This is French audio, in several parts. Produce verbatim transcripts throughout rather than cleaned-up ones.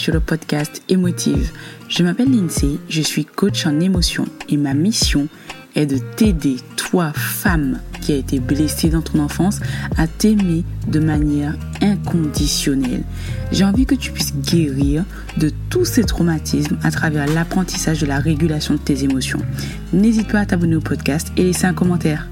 sur le podcast Émotive. Je m'appelle Lindsay, je suis coach en émotion et ma mission est de t'aider, toi, femme qui a été blessée dans ton enfance, à t'aimer de manière inconditionnelle. J'ai envie que tu puisses guérir de tous ces traumatismes à travers l'apprentissage de la régulation de tes émotions. N'hésite pas à t'abonner au podcast et laisser un commentaire.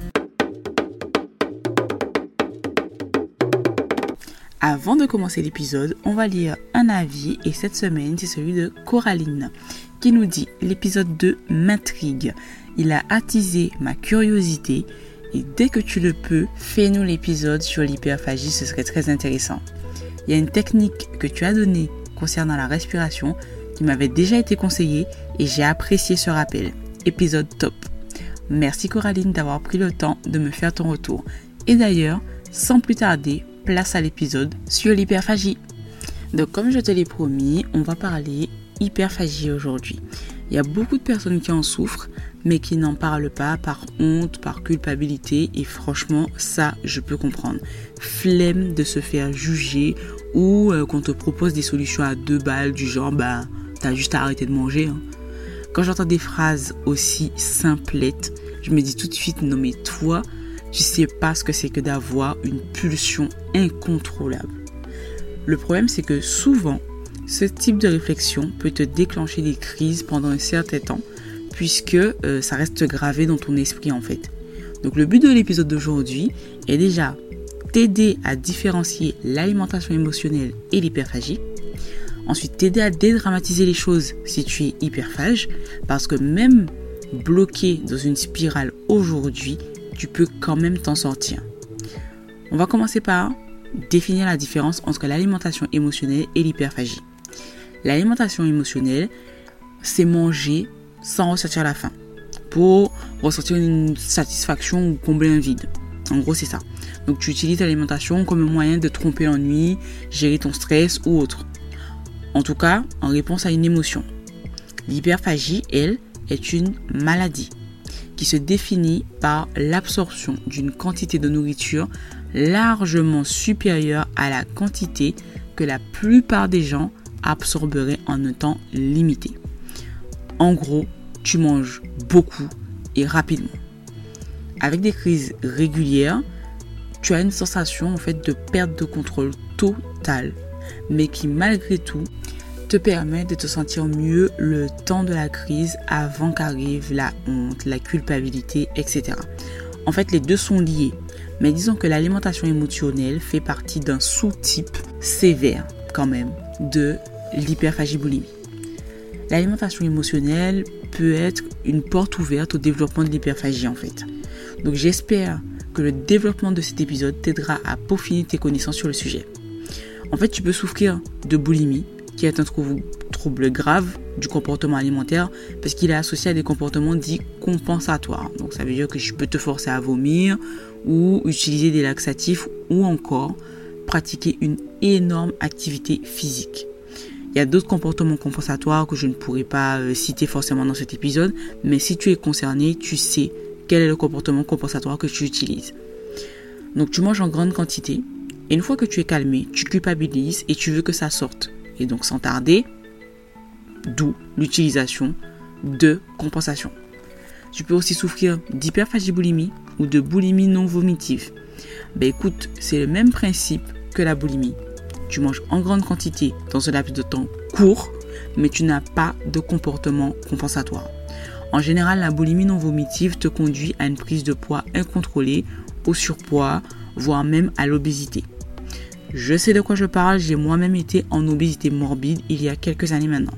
Avant de commencer l'épisode, on va lire un avis et cette semaine, c'est celui de Coraline qui nous dit « L'épisode deux m'intrigue. Il a attisé ma curiosité et dès que tu le peux, fais-nous l'épisode sur l'hyperphagie, ce serait très intéressant. Il y a une technique que tu as donnée concernant la respiration qui m'avait déjà été conseillée et j'ai apprécié ce rappel. Épisode top. Merci Coraline d'avoir pris le temps de me faire ton retour. Et d'ailleurs, sans plus tarder, place à l'épisode sur l'hyperphagie. Donc comme je te l'ai promis, on va parler hyperphagie aujourd'hui. Il y a beaucoup de personnes qui en souffrent, mais qui n'en parlent pas par honte, par culpabilité. Et franchement, ça, je peux comprendre. Flemme de se faire juger ou euh, qu'on te propose des solutions à deux balles du genre, bah, t'as juste à arrêter de manger. Hein. Quand j'entends des phrases aussi simplettes, je me dis tout de suite, non mais toi, tu sais pas ce que c'est que d'avoir une pulsion incontrôlable. Le problème, c'est que souvent, ce type de réflexion peut te déclencher des crises pendant un certain temps, puisque euh, ça reste gravé dans ton esprit en fait. Donc le but de l'épisode d'aujourd'hui est déjà t'aider à différencier l'alimentation émotionnelle et l'hyperphagie. Ensuite, t'aider à dédramatiser les choses si tu es hyperphage, parce que même bloqué dans une spirale aujourd'hui, tu peux quand même t'en sortir. On va commencer par définir la différence entre l'alimentation émotionnelle et l'hyperphagie. L'alimentation émotionnelle, c'est manger sans ressentir la faim, pour ressentir une satisfaction ou combler un vide. En gros, c'est ça. Donc, tu utilises l'alimentation comme un moyen de tromper l'ennui, gérer ton stress ou autre. En tout cas, en réponse à une émotion. L'hyperphagie, elle, est une maladie qui se définit par l'absorption d'une quantité de nourriture largement supérieure à la quantité que la plupart des gens absorberaient en un temps limité. En gros, tu manges beaucoup et rapidement. Avec des crises régulières, tu as une sensation en fait de perte de contrôle totale, mais qui malgré tout te permet de te sentir mieux le temps de la crise avant qu'arrive la honte, la culpabilité, et cetera. En fait, les deux sont liés, mais disons que l'alimentation émotionnelle fait partie d'un sous-type sévère quand même de l'hyperphagie-boulimie. L'alimentation émotionnelle peut être une porte ouverte au développement de l'hyperphagie en fait. Donc j'espère que le développement de cet épisode t'aidera à peaufiner tes connaissances sur le sujet. En fait, tu peux souffrir de boulimie, qui est un trouble grave du comportement alimentaire parce qu'il est associé à des comportements dits compensatoires. Donc ça veut dire que je peux te forcer à vomir ou utiliser des laxatifs ou encore pratiquer une énorme activité physique. Il y a d'autres comportements compensatoires que je ne pourrais pas euh, citer forcément dans cet épisode, mais si tu es concerné, tu sais quel est le comportement compensatoire que tu utilises. Donc tu manges en grande quantité et une fois que tu es calmé, tu culpabilises et tu veux que ça sorte. Et donc sans tarder, d'où l'utilisation de compensation. Tu peux aussi souffrir d'hyperphagie-boulimie ou de boulimie non vomitive. Ben écoute, c'est le même principe que la boulimie. Tu manges en grande quantité dans un laps de temps court, mais tu n'as pas de comportement compensatoire. En général, la boulimie non vomitive te conduit à une prise de poids incontrôlée, au surpoids, voire même à l'obésité. Je sais de quoi je parle, j'ai moi-même été en obésité morbide il y a quelques années maintenant.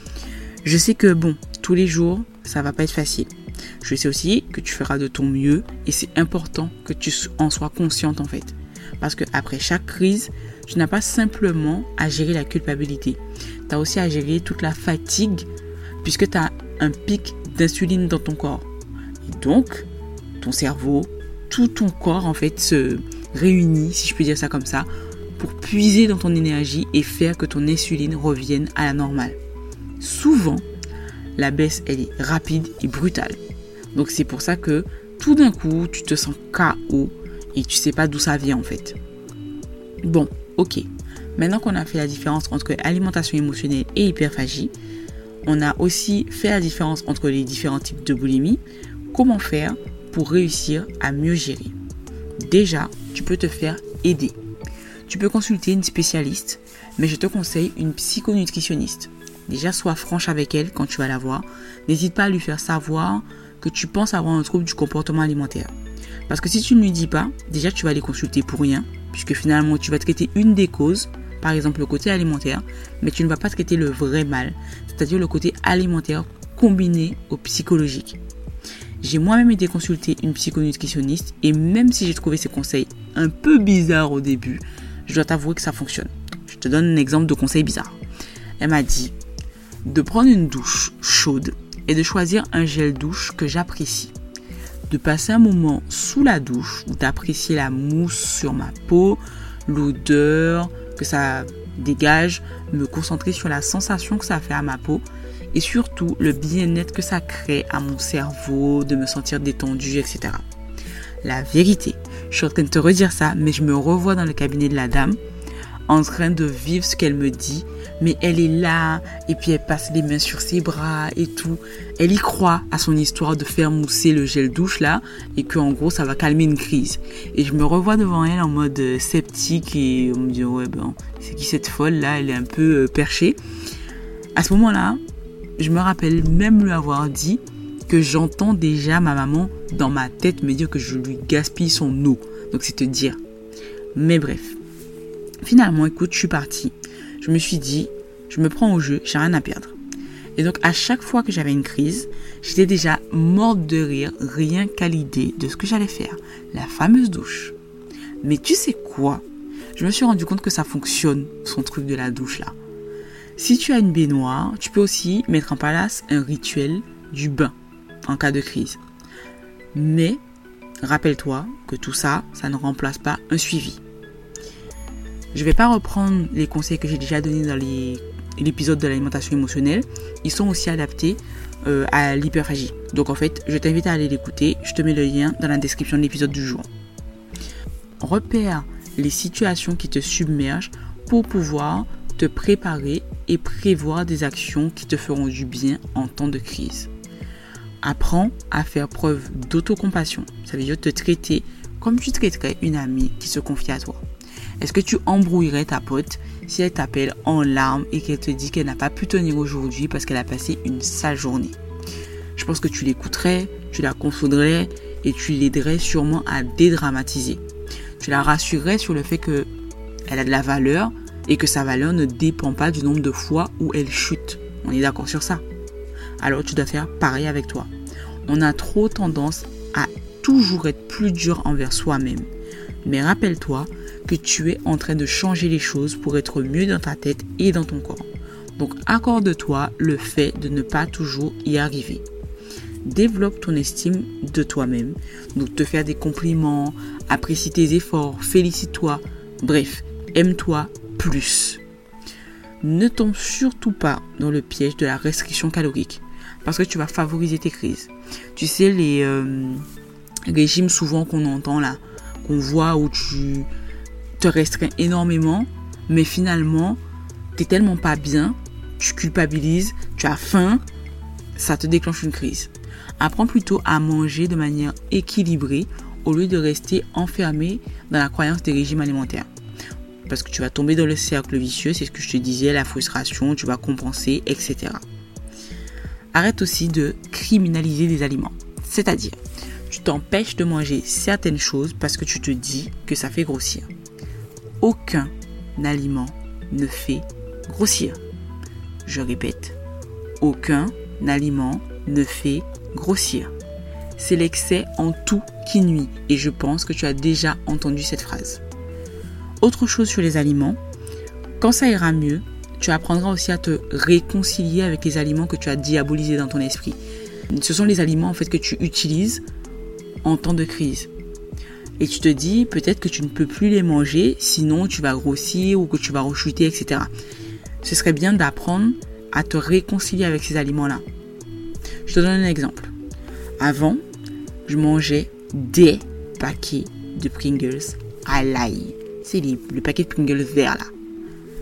Je sais que bon, tous les jours, ça va pas être facile. Je sais aussi que tu feras de ton mieux et c'est important que tu en sois consciente en fait. Parce que après chaque crise, tu n'as pas simplement à gérer la culpabilité. Tu as aussi à gérer toute la fatigue puisque tu as un pic d'insuline dans ton corps. Et donc, ton cerveau, tout ton corps en fait se réunit, si je peux dire ça comme ça, pour puiser dans ton énergie et faire que ton insuline revienne à la normale. Souvent, la baisse, elle est rapide et brutale. Donc c'est pour ça que tout d'un coup, tu te sens K O et tu sais pas d'où ça vient en fait. Bon, ok. Maintenant qu'on a fait la différence entre alimentation émotionnelle et hyperphagie, on a aussi fait la différence entre les différents types de boulimie. Comment faire pour réussir à mieux gérer? Déjà, tu peux te faire aider. Tu peux consulter une spécialiste, mais je te conseille une psychonutritionniste. Déjà, sois franche avec elle quand tu vas la voir. N'hésite pas à lui faire savoir que tu penses avoir un trouble du comportement alimentaire. Parce que si tu ne lui dis pas, déjà tu vas les consulter pour rien, puisque finalement tu vas traiter une des causes, par exemple le côté alimentaire, mais tu ne vas pas traiter le vrai mal, c'est-à-dire le côté alimentaire combiné au psychologique. J'ai moi-même été consulter une psychonutritionniste et même si j'ai trouvé ses conseils un peu bizarres au début, je dois t'avouer que ça fonctionne. Je te donne un exemple de conseil bizarre. Elle m'a dit de prendre une douche chaude et de choisir un gel douche que j'apprécie. De passer un moment sous la douche, d'apprécier la mousse sur ma peau, l'odeur que ça dégage, me concentrer sur la sensation que ça fait à ma peau et surtout le bien-être que ça crée à mon cerveau, de me sentir détendu, et cetera. La vérité, je suis en train de te redire ça, mais je me revois dans le cabinet de la dame en train de vivre ce qu'elle me dit, mais elle est là, et puis elle passe les mains sur ses bras et tout. Elle y croit à son histoire de faire mousser le gel douche là, et que en gros ça va calmer une crise. Et je me revois devant elle en mode sceptique, et on me dit ouais ben, c'est qui cette folle là, elle est un peu euh, perchée. À ce moment-là, je me rappelle même lui avoir dit que j'entends déjà ma maman dans ma tête me dire que je lui gaspille son eau. Donc c'est te dire. Mais bref. Finalement, écoute, je suis partie. Je me suis dit, je me prends au jeu, j'ai rien à perdre. Et donc, à chaque fois que j'avais une crise, j'étais déjà morte de rire, rien qu'à l'idée de ce que j'allais faire. La fameuse douche. Mais tu sais quoi? Je me suis rendu compte que ça fonctionne, son truc de la douche là. Si tu as une baignoire, tu peux aussi mettre en place un rituel du bain en cas de crise. Mais, rappelle-toi que tout ça, ça ne remplace pas un suivi. Je ne vais pas reprendre les conseils que j'ai déjà donnés dans les, l'épisode de l'alimentation émotionnelle. Ils sont aussi adaptés euh, à l'hyperphagie. Donc en fait, je t'invite à aller l'écouter. Je te mets le lien dans la description de l'épisode du jour. Repère les situations qui te submergent pour pouvoir te préparer et prévoir des actions qui te feront du bien en temps de crise. Apprends à faire preuve d'autocompassion. Ça veut dire te traiter comme tu traiterais une amie qui se confie à toi. Est-ce que tu embrouillerais ta pote si elle t'appelle en larmes et qu'elle te dit qu'elle n'a pas pu tenir aujourd'hui parce qu'elle a passé une sale journée? Je pense que tu l'écouterais, tu la consolerais et tu l'aiderais sûrement à dédramatiser. Tu la rassurerais sur le fait qu'elle a de la valeur et que sa valeur ne dépend pas du nombre de fois où elle chute. On est d'accord sur ça? Alors tu dois faire pareil avec toi. On a trop tendance à toujours être plus dur envers soi-même. Mais rappelle-toi que tu es en train de changer les choses pour être mieux dans ta tête et dans ton corps. Donc accorde-toi le fait de ne pas toujours y arriver. Développe ton estime de toi-même. Donc te faire des compliments, apprécie tes efforts, félicite-toi. Bref, aime-toi plus. Ne tombe surtout pas dans le piège de la restriction calorique parce que tu vas favoriser tes crises. Tu sais, les euh, régimes souvent qu'on entend là, qu'on voit où tu te restreins énormément, mais finalement, t'es tellement pas bien, tu culpabilises, tu as faim, ça te déclenche une crise. Apprends plutôt à manger de manière équilibrée au lieu de rester enfermé dans la croyance des régimes alimentaires. Parce que tu vas tomber dans le cercle vicieux, c'est ce que je te disais, la frustration, tu vas compenser, et cetera. Arrête aussi de criminaliser des aliments. C'est-à-dire, tu t'empêches de manger certaines choses parce que tu te dis que ça fait grossir. Aucun aliment ne fait grossir. Je répète, aucun aliment ne fait grossir. C'est l'excès en tout qui nuit et je pense que tu as déjà entendu cette phrase. Autre chose sur les aliments, quand ça ira mieux, tu apprendras aussi à te réconcilier avec les aliments que tu as diabolisés dans ton esprit. Ce sont les aliments en fait que tu utilises en temps de crise. Et tu te dis peut-être que tu ne peux plus les manger, sinon tu vas grossir ou que tu vas rechuter, et cetera. Ce serait bien d'apprendre à te réconcilier avec ces aliments-là. Je te donne un exemple. Avant, je mangeais des paquets de Pringles à l'ail. C'est les, le paquet de Pringles vert là.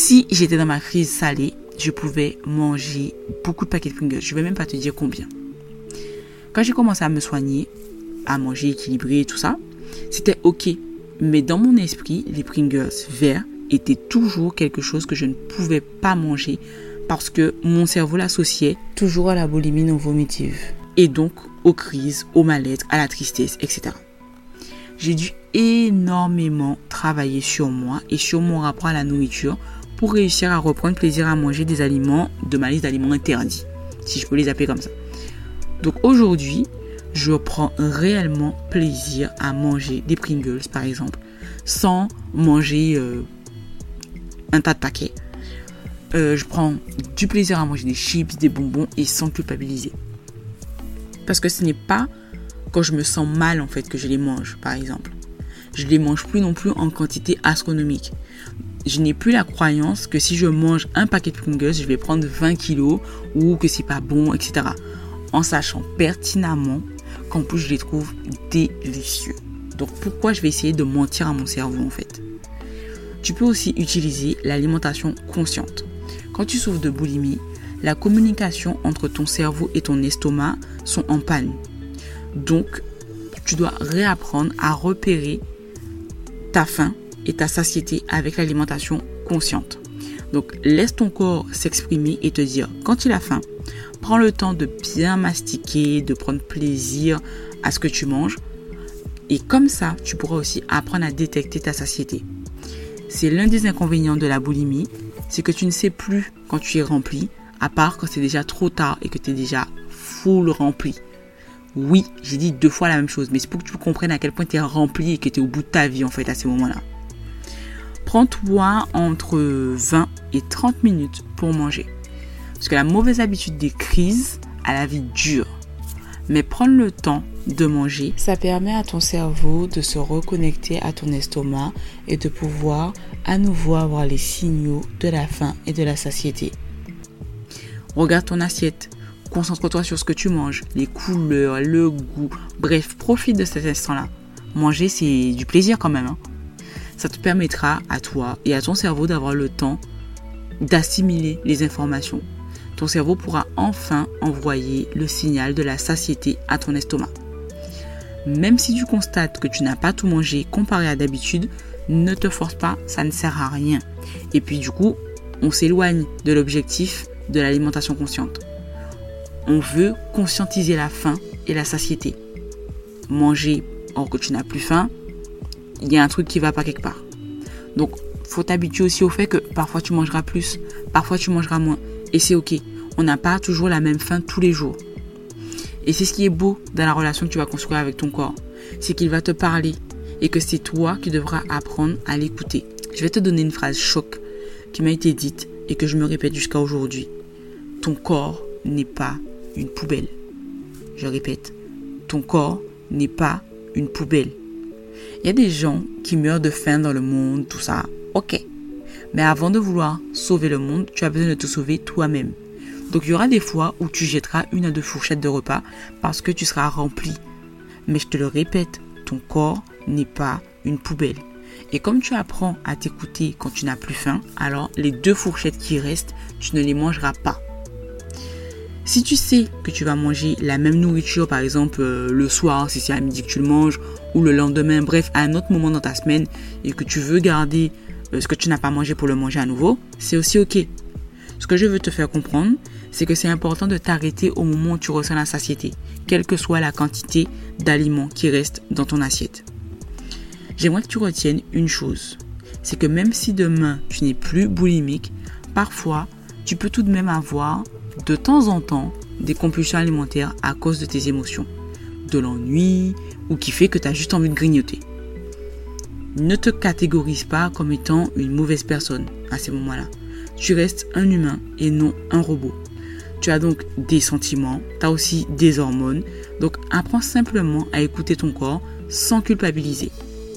Si j'étais dans ma crise salée, je pouvais manger beaucoup de paquets de Pringles. Je ne vais même pas te dire combien. Quand j'ai commencé à me soigner, à manger équilibré et tout ça, c'était ok. Mais dans mon esprit, les Pringles verts étaient toujours quelque chose que je ne pouvais pas manger parce que mon cerveau l'associait toujours à la boulimie non vomitive. Et donc aux crises, au mal-être, à la tristesse, et cetera. J'ai dû énormément travailler sur moi et sur mon rapport à la nourriture pour réussir à reprendre plaisir à manger des aliments de ma liste d'aliments interdits, si je peux les appeler comme ça. Donc aujourd'hui, je prends réellement plaisir à manger des Pringles, par exemple, sans manger euh, un tas de paquets. Euh, je prends du plaisir à manger des chips, des bonbons et sans culpabiliser. Parce que ce n'est pas quand je me sens mal en fait que je les mange, par exemple. Je les mange plus non plus en quantité astronomique. Je n'ai plus la croyance que si je mange un paquet de Pringles, je vais prendre vingt kilos ou que c'est pas bon, et cetera. En sachant pertinemment qu'en plus je les trouve délicieux. Donc pourquoi je vais essayer de mentir à mon cerveau en fait? Tu peux aussi utiliser l'alimentation consciente. Quand tu souffres de boulimie, la communication entre ton cerveau et ton estomac sont en panne. Donc, tu dois réapprendre à repérer ta faim et ta satiété avec l'alimentation consciente. Donc, laisse ton corps s'exprimer et te dire quand il a faim. Prends le temps de bien mastiquer, de prendre plaisir à ce que tu manges. Et comme ça, tu pourras aussi apprendre à détecter ta satiété. C'est l'un des inconvénients de la boulimie, c'est que tu ne sais plus quand tu es rempli, à part quand c'est déjà trop tard et que tu es déjà full rempli. Oui, j'ai dit deux fois la même chose, mais c'est pour que tu comprennes à quel point tu es rempli et que tu es au bout de ta vie en fait à ces moments-là. Prends-toi entre vingt et trente minutes pour manger. Parce que la mauvaise habitude des crises a la vie dure. Mais prendre le temps de manger, ça permet à ton cerveau de se reconnecter à ton estomac et de pouvoir à nouveau avoir les signaux de la faim et de la satiété. Regarde ton assiette, concentre-toi sur ce que tu manges, les couleurs, le goût, bref, profite de cet instant-là. Manger, c'est du plaisir quand même. Hein. Ça te permettra à toi et à ton cerveau d'avoir le temps d'assimiler les informations. Ton cerveau pourra enfin envoyer le signal de la satiété à ton estomac. Même si tu constates que tu n'as pas tout mangé comparé à d'habitude, ne te force pas, ça ne sert à rien. Et puis du coup, on s'éloigne de l'objectif de l'alimentation consciente. On veut conscientiser la faim et la satiété. Manger or que tu n'as plus faim, il y a un truc qui ne va pas quelque part. Donc, faut t'habituer aussi au fait que parfois tu mangeras plus, parfois tu mangeras moins. Et c'est ok. On n'a pas toujours la même faim tous les jours. Et c'est ce qui est beau dans la relation que tu vas construire avec ton corps. C'est qu'il va te parler et que c'est toi qui devras apprendre à l'écouter. Je vais te donner une phrase choc qui m'a été dite et que je me répète jusqu'à aujourd'hui. Ton corps n'est pas une poubelle. Je répète, ton corps n'est pas une poubelle. Il y a des gens qui meurent de faim dans le monde, tout ça. Ok. Mais avant de vouloir sauver le monde, tu as besoin de te sauver toi-même. Donc il y aura des fois où tu jetteras une à deux fourchettes de repas parce que tu seras rempli. Mais je te le répète, ton corps n'est pas une poubelle. Et comme tu apprends à t'écouter quand tu n'as plus faim, alors les deux fourchettes qui restent, tu ne les mangeras pas. Si tu sais que tu vas manger la même nourriture, par exemple euh, le soir, si c'est à midi que tu le manges, ou le lendemain, bref, à un autre moment dans ta semaine, et que tu veux garder euh, ce que tu n'as pas mangé pour le manger à nouveau, c'est aussi ok. Ce que je veux te faire comprendre, c'est que c'est important de t'arrêter au moment où tu ressens la satiété, quelle que soit la quantité d'aliments qui restent dans ton assiette. J'aimerais que tu retiennes une chose, c'est que même si demain tu n'es plus boulimique, parfois tu peux tout de même avoir de temps en temps des compulsions alimentaires à cause de tes émotions, de l'ennui ou qui fait que tu as juste envie de grignoter. Ne te catégorise pas comme étant une mauvaise personne à ces moments-là. Tu restes un humain et non un robot. Tu as donc des sentiments, tu as aussi des hormones, donc apprends simplement à écouter ton corps sans culpabiliser.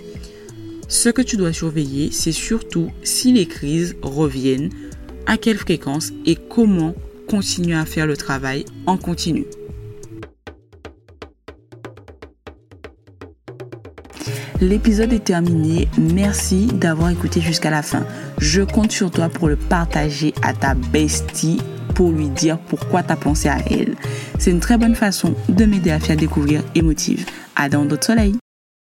Ce que tu dois surveiller, c'est surtout si les crises reviennent, à quelle fréquence et comment continuer à faire le travail en continu. L'épisode est terminé. Merci d'avoir écouté jusqu'à la fin. Je compte sur toi pour le partager à ta bestie, pour lui dire pourquoi tu as pensé à elle. C'est une très bonne façon de m'aider à faire découvrir Émotive. À dans d'autres soleils.